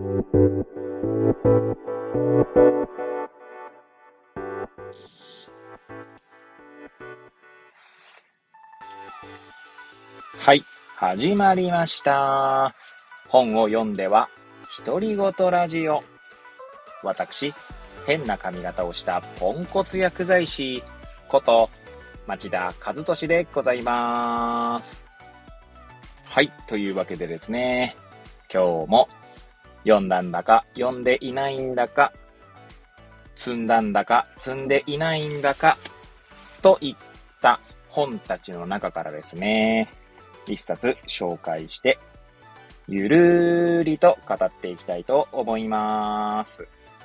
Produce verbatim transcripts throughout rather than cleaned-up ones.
はい、始まりました。本を読んでは独り言ラジオ。私、変な髪型をしたポンコツ薬剤師こと町田和俊でございます。はい、というわけでですね、今日も読んだんだか読んでいないんだか、積んだんだか積んでいないんだかといった本たちの中からですね、一冊紹介してゆるーりと語っていきたいと思います。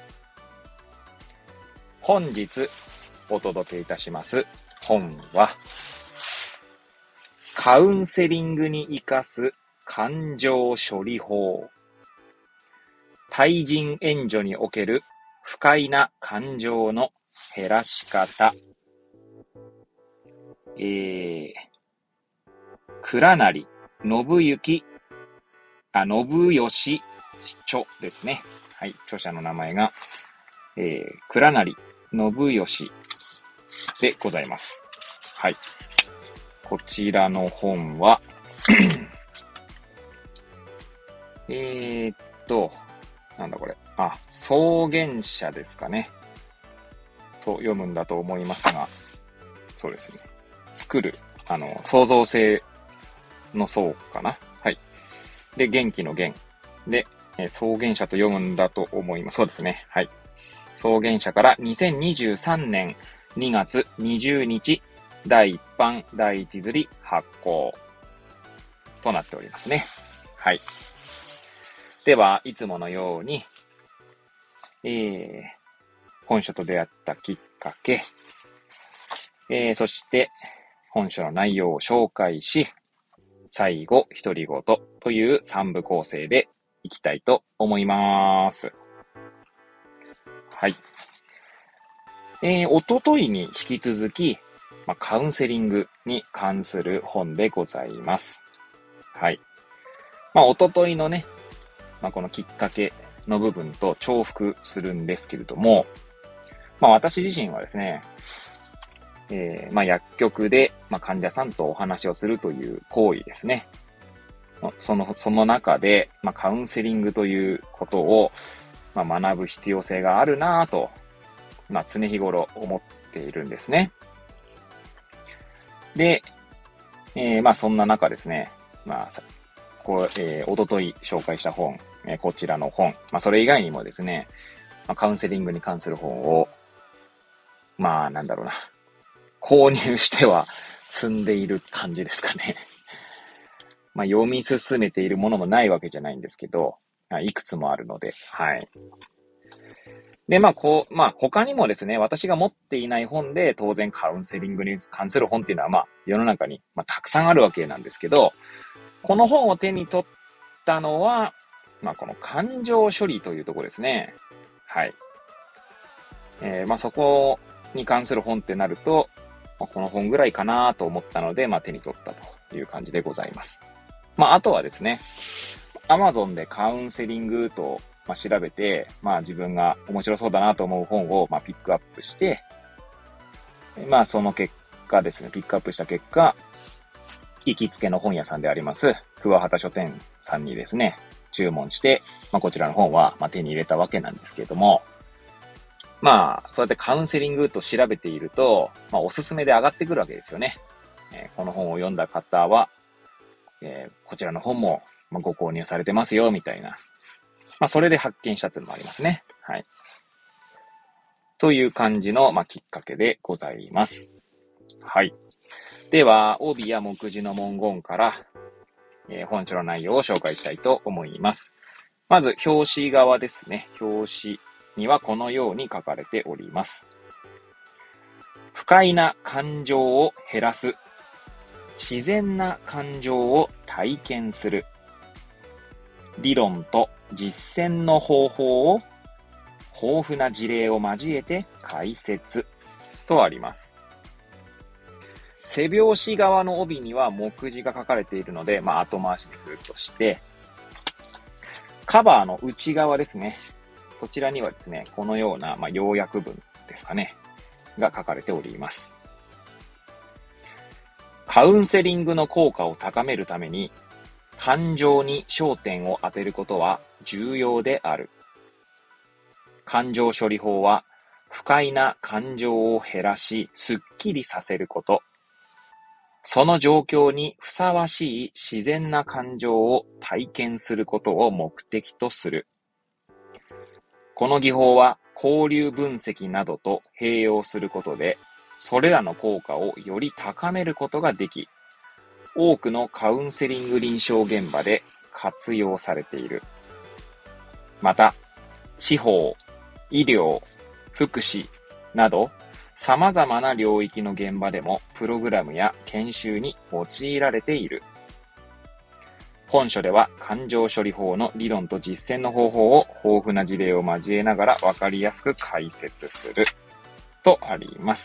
本日お届けいたします本は、カウンセリングに生かす感情処理法、対人援助における不快な感情の減らし方、えー、倉成信之、あ、信義著ですね。はい、著者の名前が、えー、倉成信義でございます。はい。こちらの本は、えーっと、なんだこれ。あ、草原者ですかね。と読むんだと思いますが、そうですね。作る、あの、創造性の層かな。はい。で、元気の元。で、えー、草原者と読むんだと思います。そうですね。はい。草原者からにせんにじゅうさんねんにがつにじゅうにち、だいいっ版だいいち刷り発行となっておりますね。はい。では、いつものように、えー、本書と出会ったきっかけ、えー、そして、本書の内容を紹介し、最後、独り言というさん部構成でいきたいと思います。はい。えー、おとといに引き続き、まあ、カウンセリングに関する本でございます。はい。まあ、おとといのね、まあ、このきっかけの部分と重複するんですけれども、まあ、私自身はですね、えー、まあ、薬局で、まあ、患者さんとお話をするという行為ですね。その、その中で、まあ、カウンセリングということを、まあ、学ぶ必要性があるなぁと、まあ、常日頃思っているんですね。で、えー、まあ、そんな中ですね、まあ、こう、えー、おととい紹介した本、えー、こちらの本、まあ、それ以外にもですね、まあ、カウンセリングに関する本を、まあ、なんだろうな、購入しては積んでいる感じですかね。まあ、読み進めているものもないわけじゃないんですけど、いくつもあるので、はい。で、まあ、こう、まあ、他にもですね、私が持っていない本で、当然カウンセリングに関する本っていうのは、まあ、世の中に、まあ、たくさんあるわけなんですけど、この本を手に取ったのは、まあ、この感情処理というところですね。はい。えー、まあ、そこに関する本ってなると、まあ、この本ぐらいかなと思ったので、まあ、手に取ったという感じでございます。まあ、あとはですね、Amazon でカウンセリングと、まあ、調べて、まあ、自分が面白そうだなと思う本を、まあ、ピックアップして、まあ、その結果ですね、ピックアップした結果、行きつけの本屋さんであります、桑畑書店さんにですね、注文して、まあ、こちらの本は、まあ、手に入れたわけなんですけれども、まあ、そうやってカウンセリングと調べていると、まあ、おすすめで上がってくるわけですよね。えー、この本を読んだ方は、えー、こちらの本もご購入されてますよ、みたいな。まあ、それで発見したというのもありますね。はい。という感じの、まあ、きっかけでございます。はい。では、帯や目次の文言から、えー、本書の内容を紹介したいと思います。まず、表紙側ですね。表紙にはこのように書かれております。不快な感情を減らす。自然な感情を体験する。理論と実践の方法を豊富な事例を交えて解説とあります。背表紙側の帯には目次が書かれているので、まあ後回しにするとして、 カバーの内側ですね。そちらにはですね、このような、まあ、要約文ですかね、が書かれております。カウンセリングの効果を高めるために、感情に焦点を当てることは重要である。感情処理法は、不快な感情を減らし、すっきりさせること。その状況にふさわしい自然な感情を体験することを目的とする。この技法は交流分析などと併用することで、それらの効果をより高めることができ、多くのカウンセリング臨床現場で活用されている。また、司法、医療、福祉など、様々な領域の現場でもプログラムや研修に用いられている。本書では感情処理法の理論と実践の方法を豊富な事例を交えながら分かりやすく解説するとあります。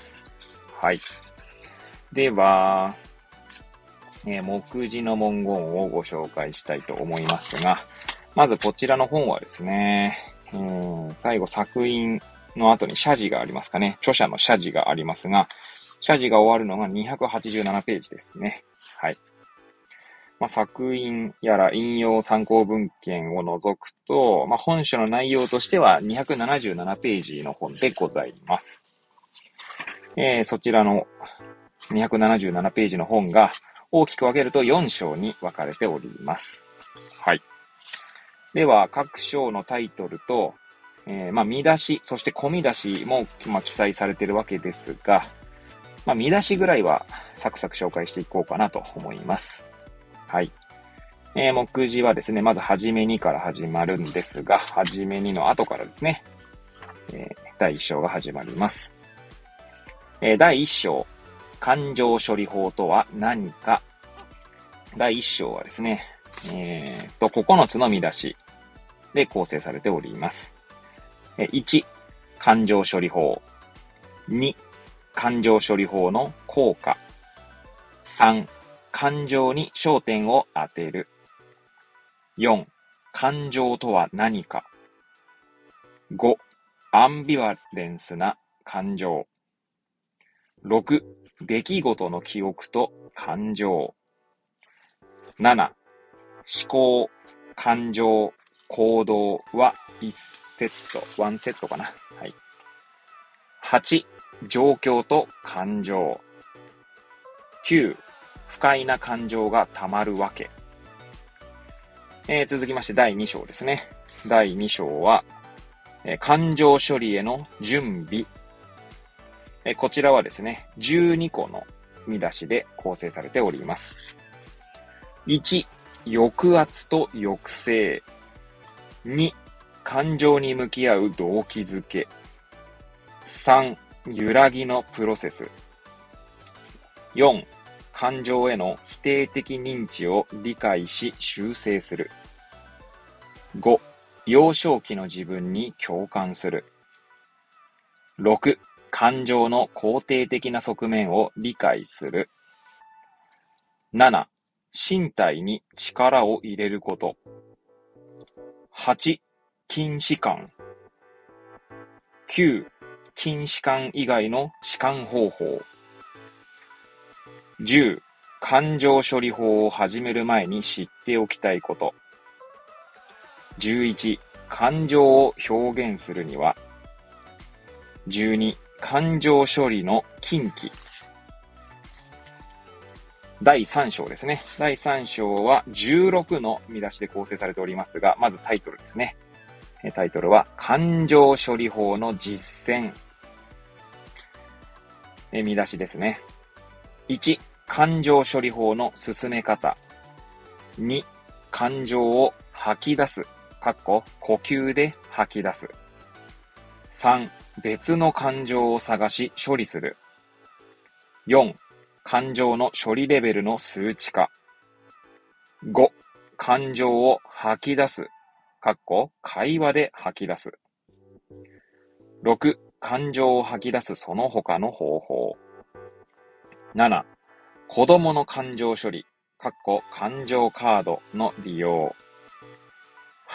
はい。では、えー、目次の文言をご紹介したいと思いますが、まずこちらの本はですね、えー、最後作品の後に謝辞がありますかね。著者の謝辞がありますが、謝辞が終わるのがにひゃくはちじゅうななページですね。はい。まあ、作品やら引用参考文献を除くと、まあ、本書の内容としてはにひゃくななじゅうななページの本でございます。えー、そちらのにひゃくななじゅうななページの本が大きく分けるとよん章に分かれております。はい。では、各章のタイトルと、えー、まあ、見出し、そして込み出しも、まあ、記載されているわけですが、まあ、見出しぐらいはサクサク紹介していこうかなと思います。はい。えー、目次はですね、まずはじめにから始まるんですが、はじめにの後からですね、えー、だいいち章が始まります。えー、だいいち章、感情処理法とは何か。だいいち章はですね、えー、と、ここのつの見出しで構成されております。いち、感情処理法。に、感情処理法の効果。さん、感情に焦点を当てる。よん、感情とは何か。ご、アンビバレンスな感情。ろく、出来事の記憶と感情。なな、思考、感情、行動はいちセット、ワンセットかな。はい。はち、状況と感情。きゅう、不快な感情がたまるわけ。えー、続きましてだいに章ですね。だいに章は、えー、感情処理への準備。えー、こちらはですね、じゅうにこの見出しで構成されております。いち、抑圧と抑制。に、感情に向き合う動機づけ。さん、揺らぎのプロセス。よん、感情への否定的認知を理解し修正する。ご、幼少期の自分に共感する。ろく、感情の肯定的な側面を理解する。なな、身体に力を入れること。はち、筋弛緩。きゅう、筋弛緩以外の弛緩方法。じゅう、感情処理法を始める前に知っておきたいこと。じゅういち、感情を表現するには。じゅうに、感情処理の禁忌。だいさん章ですね。だいさん章はじゅうろくの見出しで構成されておりますが、まずタイトルですね。タイトルは、感情処理法の実践。見出しですね。いち、感情処理法の進め方。に、感情を吐き出す。かっこ呼吸で吐き出す。さん、別の感情を探し処理する。よん、感情の処理レベルの数値化。ご、感情を吐き出す。かっこ会話で吐き出す。ろく、感情を吐き出すその他の方法。なな、子供の感情処理。かっこ感情カードの利用。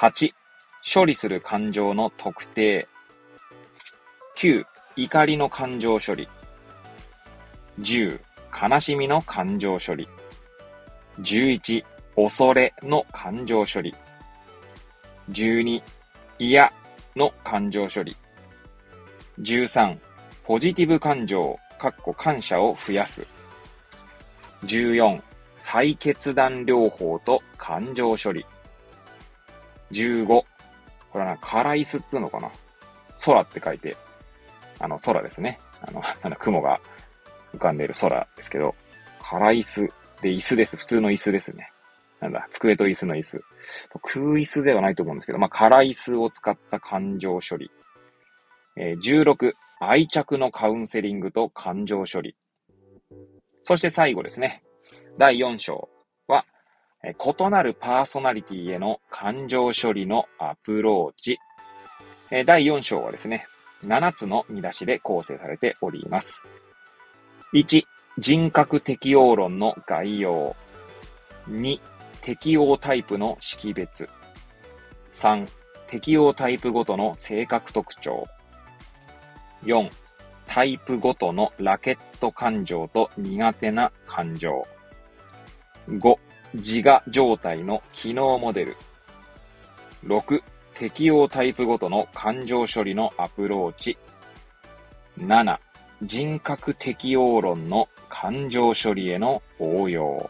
はち、処理する感情の特定。きゅう、怒りの感情処理。じゅう、悲しみの感情処理。じゅういち、恐れの感情処理。じゅうに、嫌の感情処理。じゅうさん、ポジティブ感情、かっこ感謝を増やす。じゅうよん、再決断療法と感情処理。じゅうご、これはな、カライスっつうのかな。空って書いて、あの、空ですね。あの、なんだ、雲が浮かんでいる空ですけど、カライスで椅子です。普通の椅子ですね。なんだ、机と椅子の椅子。空椅子ではないと思うんですけど、まあ、カライスを使った感情処理。えー、じゅうろく、愛着のカウンセリングと感情処理。そして最後ですね。だいよん章は、えー、異なるパーソナリティへの感情処理のアプローチ。えー、だいよん章はですね、ななつの見出しで構成されております。いち、人格適応論の概要。に、適応タイプの識別。さん、適応タイプごとの性格特徴。よん、タイプごとのラケット感情と苦手な感情。ご、自我状態の機能モデル。ろく、適応タイプごとの感情処理のアプローチ。なな、人格適応論の感情処理への応用。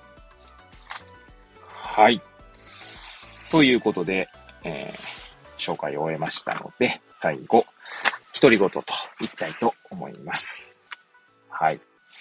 はい。ということで、えー、紹介を終えましたので、最後、独り言といきたいと思います。はい。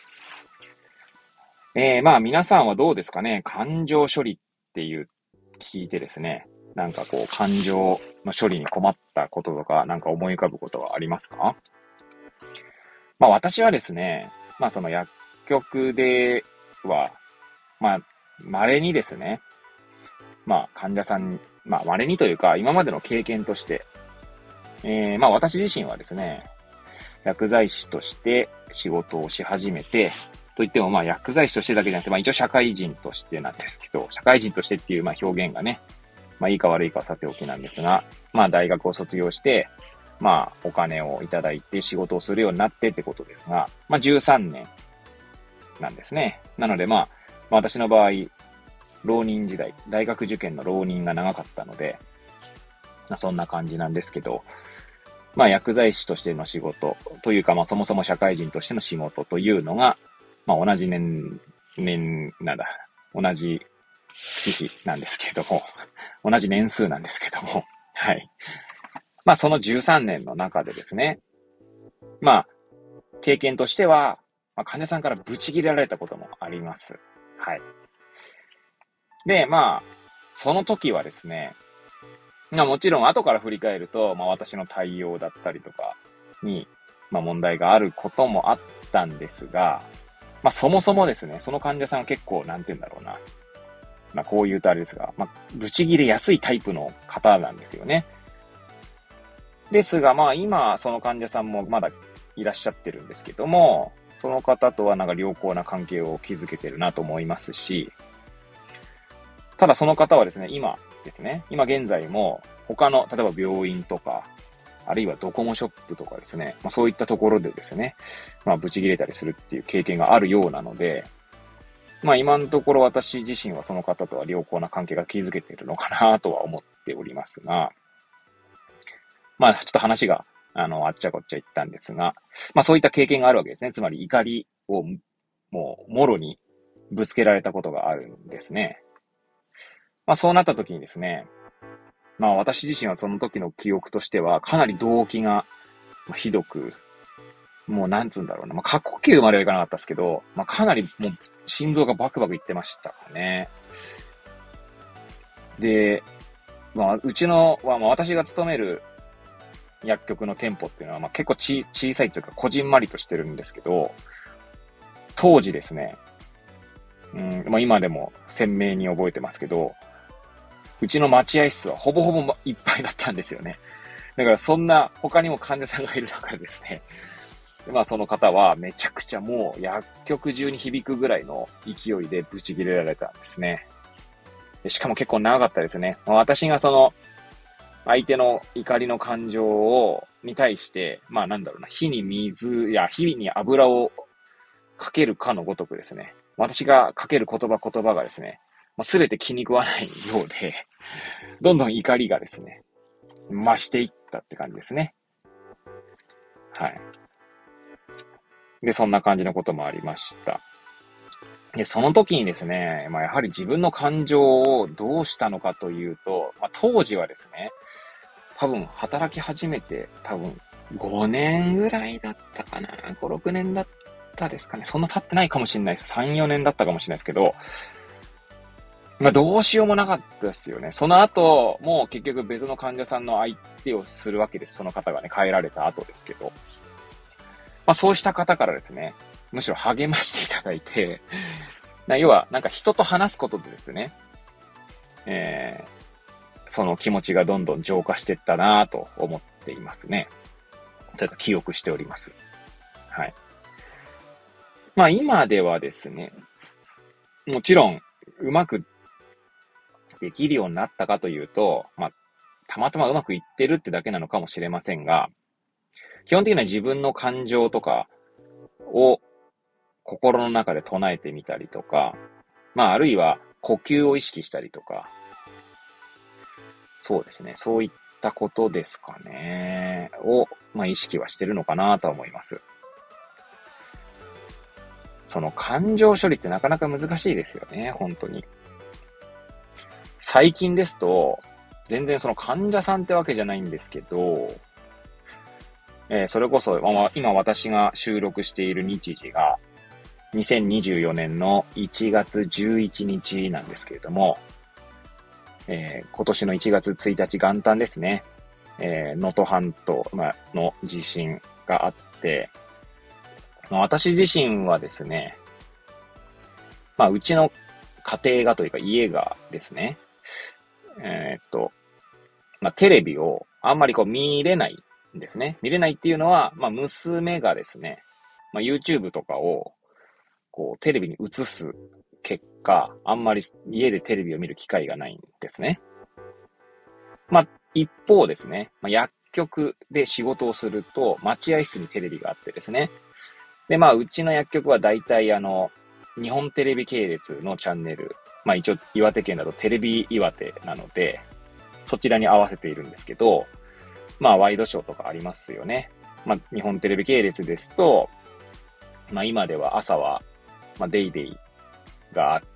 えー、まあ皆さんはどうですかね。感情処理っていう聞いてですね、なんかこう感情の処理に困ったこととか、なんか思い浮かぶことはありますか？まあ私はですね、まあその薬局では、まあ稀にですね、まあ患者さん、まあ稀にというか今までの経験として、えー、まあ私自身はですね、薬剤師として仕事をし始めて、といってもまあ薬剤師としてだけじゃなくて、まあ一応社会人としてなんですけど、社会人としてっていうまあ表現がね、まあいいか悪いかはさておきなんですが、まあ大学を卒業して、まあお金をいただいて仕事をするようになってってことですが、まあじゅうさんねんなんですね。なのでまあ、まあ、私の場合、浪人時代、大学受験の浪人が長かったので、まあそんな感じなんですけど、まあ薬剤師としての仕事というか、まあそもそも社会人としての仕事というのが、まあ同じ年、年、なんだ、同じ月日なんですけれども、同じ年数なんですけども、はい。まあそのじゅうさんねんの中でですね、まあ経験としては、まあ、患者さんからブチ切れられたこともあります。はい。で、まあ、その時はですね、まあもちろん後から振り返ると、まあ私の対応だったりとかに、まあ問題があることもあったんですが、まあそもそもですね、その患者さんは結構、なんて言うんだろうな。まあこう言うとあれですが、まあブチ切れやすいタイプの方なんですよね。ですが、まあ今、その患者さんもまだいらっしゃってるんですけども、その方とはなんか良好な関係を築けてるなと思いますし、ただその方はですね、今ですね、今現在も他の、例えば病院とか、あるいはドコモショップとかですね、まあそういったところでですね、まあブチ切れたりするっていう経験があるようなので、まあ今のところ私自身はその方とは良好な関係が築けているのかなとは思っておりますが、まあちょっと話が、あの、あっちゃこっちゃ言ったんですが、まあそういった経験があるわけですね。つまり怒りをもうもろにぶつけられたことがあるんですね。まあそうなった時にですね、まあ私自身はその時の記憶としてはかなり動悸がひどく、もうなんつうんだろうな、まあ過呼吸まではいかなかったですけど、まあかなりもう心臓がバクバクいってましたね。で、まあうちの、まあ私が勤める薬局の店舗っていうのは、まあ、結構ち小さいというか、こじんまりとしてるんですけど、当時ですね、うんまあ、今でも鮮明に覚えてますけど、うちの待合室はほぼほぼいっぱいだったんですよね。だからそんな他にも患者さんがいる中でですね、まあその方はめちゃくちゃもう薬局中に響くぐらいの勢いでブチ切れられたんですね。でしかも結構長かったですね。まあ、私がその相手の怒りの感情を、に対して、まあなんだろうな、火に水や火に油をかけるかのごとくですね、私がかける言葉言葉がですね、すべて気に食わないようで、どんどん怒りがですね、増していったって感じですね。はい。で、そんな感じのこともありました。で、その時にですね、まあやはり自分の感情をどうしたのかというと、まあ当時はですね、多分働き始めて多分ごねんぐらいだったかな。ご、ろくねんだったですかね。そんな経ってないかもしれないです。さん、よねんだったかもしれないですけど、まあどうしようもなかったですよね。その後、もう結局別の患者さんの相手をするわけです。その方がね、帰られた後ですけど。まあそうした方からですね、むしろ励ましていただいて、要はなんか人と話すことでですね、えーその気持ちがどんどん浄化していったなぁと思っていますね。というか記憶しております。はい。まあ今ではですね、もちろんうまくできるようになったかというと、まあたまたまうまくいってるってだけなのかもしれませんが、基本的には自分の感情とかを心の中で唱えてみたりとか、まああるいは呼吸を意識したりとか、そうですね。そういったことですかね。を、まあ、意識はしてるのかなとは思います。その感情処理ってなかなか難しいですよね。本当に。最近ですと、全然その患者さんってわけじゃないんですけど、えー、それこそ、まあ、今私が収録している日時が、にせんにじゅうよねんのいちがつじゅういちにちなんですけれども、えー、今年のいちがつついたち元旦ですね。えー、能登半島の地震があって、まあ、私自身はですね、まあ、うちの家庭がというか家がですね、えー、っと、まあ、テレビをあんまりこう見れないんですね。見れないっていうのは、まあ、娘がですね、まあ、YouTube とかをこうテレビに映す結果、あんまり家でテレビを見る機会がないんですね。まあ、一方ですね、まあ、薬局で仕事をすると、待合室にテレビがあってですね。で、まあ、うちの薬局は大体、あの、日本テレビ系列のチャンネル、まあ一応岩手県だとテレビ岩手なので、そちらに合わせているんですけど、まあワイドショーとかありますよね。まあ日本テレビ系列ですと、まあ今では朝は、まあデイデイがあって、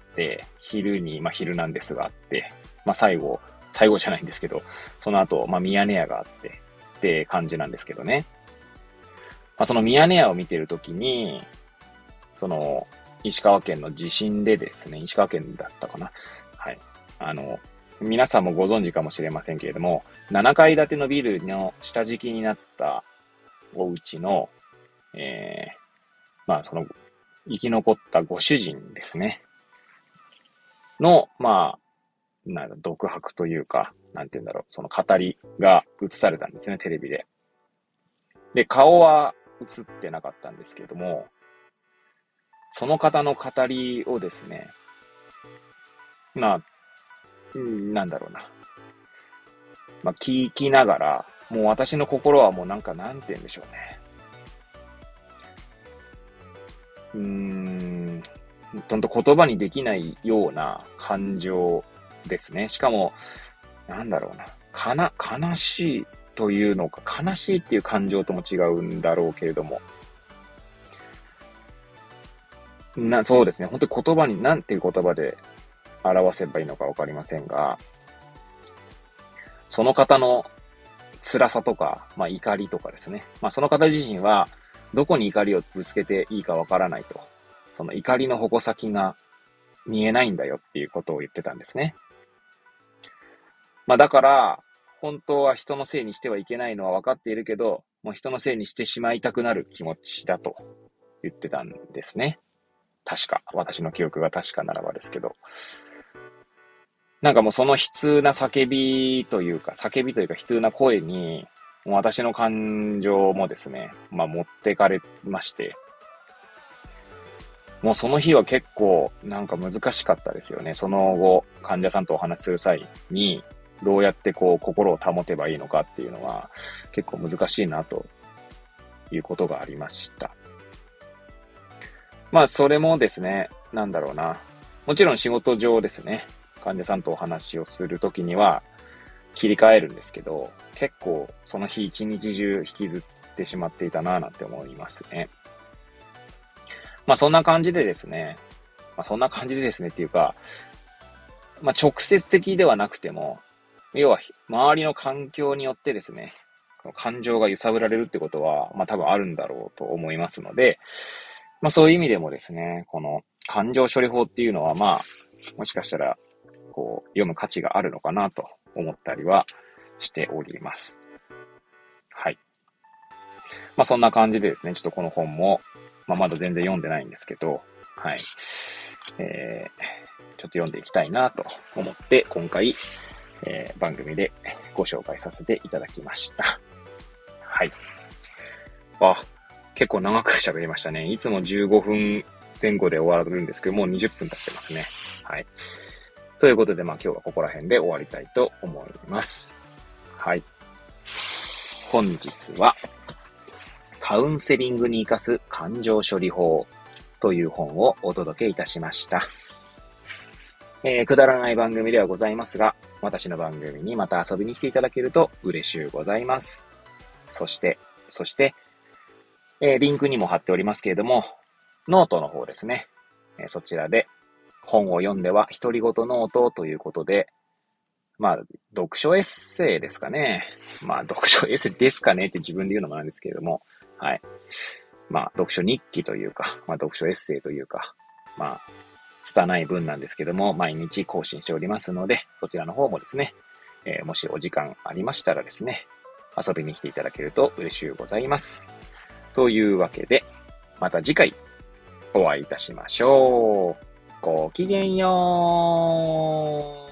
昼に、まあ昼なんですがあって、まあ最後、最後じゃないんですけど、その後、まあミヤネ屋があって、って感じなんですけどね。まあそのミヤネ屋を見てるときに、その、石川県の地震でですね、石川県だったかな。はい。あの、皆さんもご存知かもしれませんけれども、ななかい建てのビルの下敷きになったお家の、えー、まあその、生き残ったご主人ですね。の、まあ、なんだ、独白というか、なんて言うんだろう、その語りが映されたんですね、テレビで。で、顔は映ってなかったんですけれども、その方の語りをですね、まあ、なんだろうな。まあ、聞きながら、もう私の心はもうなんか、なんて言うんでしょうね。うーん、ほんと言葉にできないような感情ですね。しかも、なんだろうな。かな、悲しいというのか、悲しいっていう感情とも違うんだろうけれども。な、そうですね。本当に言葉に、なんていう言葉で表せばいいのかわかりませんが、その方の辛さとか、まあ怒りとかですね。まあその方自身は、どこに怒りをぶつけていいかわからないと。その怒りの矛先が見えないんだよっていうことを言ってたんですね。まあだから、本当は人のせいにしてはいけないのは分かっているけど、もう人のせいにしてしまいたくなる気持ちだと言ってたんですね。確か。私の記憶が確かならばですけど。なんかもうその悲痛な叫びというか、叫びというか悲痛な声に、もう私の感情もですね、まあ持ってかれまして、もうその日は結構なんか難しかったですよね。その後、患者さんとお話しする際に、 どうやってこう心を保てばいいのかっていうのは結構難しいなということがありました。まあそれもですね、なんだろうな。もちろん仕事上ですね、患者さんとお話をするときには切り替えるんですけど、結構その日一日中引きずってしまっていたなぁなんて思いますね。まあそんな感じでですね、まあそんな感じでですねっていうか、まあ直接的ではなくても、要は周りの環境によってですね、感情が揺さぶられるってことは、まあ多分あるんだろうと思いますので、まあそういう意味でもですね、この感情処理法っていうのはまあ、もしかしたら、こう、読む価値があるのかなと思ったりはしております。はい。まあそんな感じでですね、ちょっとこの本も、まあまだ全然読んでないんですけど、はい。えー、ちょっと読んでいきたいなと思って、今回、えー、番組でご紹介させていただきました。はい。あ、結構長く喋りましたね。いつもじゅうごふんぜん後で終わるんですけど、もうにじゅっぷん経ってますね。はい。ということで、まあ今日はここら辺で終わりたいと思います。はい。本日は、カウンセリングに活かす感情処理法という本をお届けいたしました。えー、くだらない番組ではございますが、私の番組にまた遊びに来ていただけると嬉しゅうございます。そして、そして、えー、リンクにも貼っておりますけれども、ノートの方ですね。えー、そちらで本を読んでは独り言ノートということで、まあ、読書エッセイですかね。まあ、読書エッセイですかねって自分で言うのもなんですけれども、はい。まあ、読書日記というか、まあ、読書エッセイというか、まあ、拙い文なんですけども、毎日更新しておりますので、そちらの方もですね、えー、もしお時間ありましたらですね、遊びに来ていただけると嬉しゅうございます。というわけで、また次回お会いいたしましょう。ごきげんよう。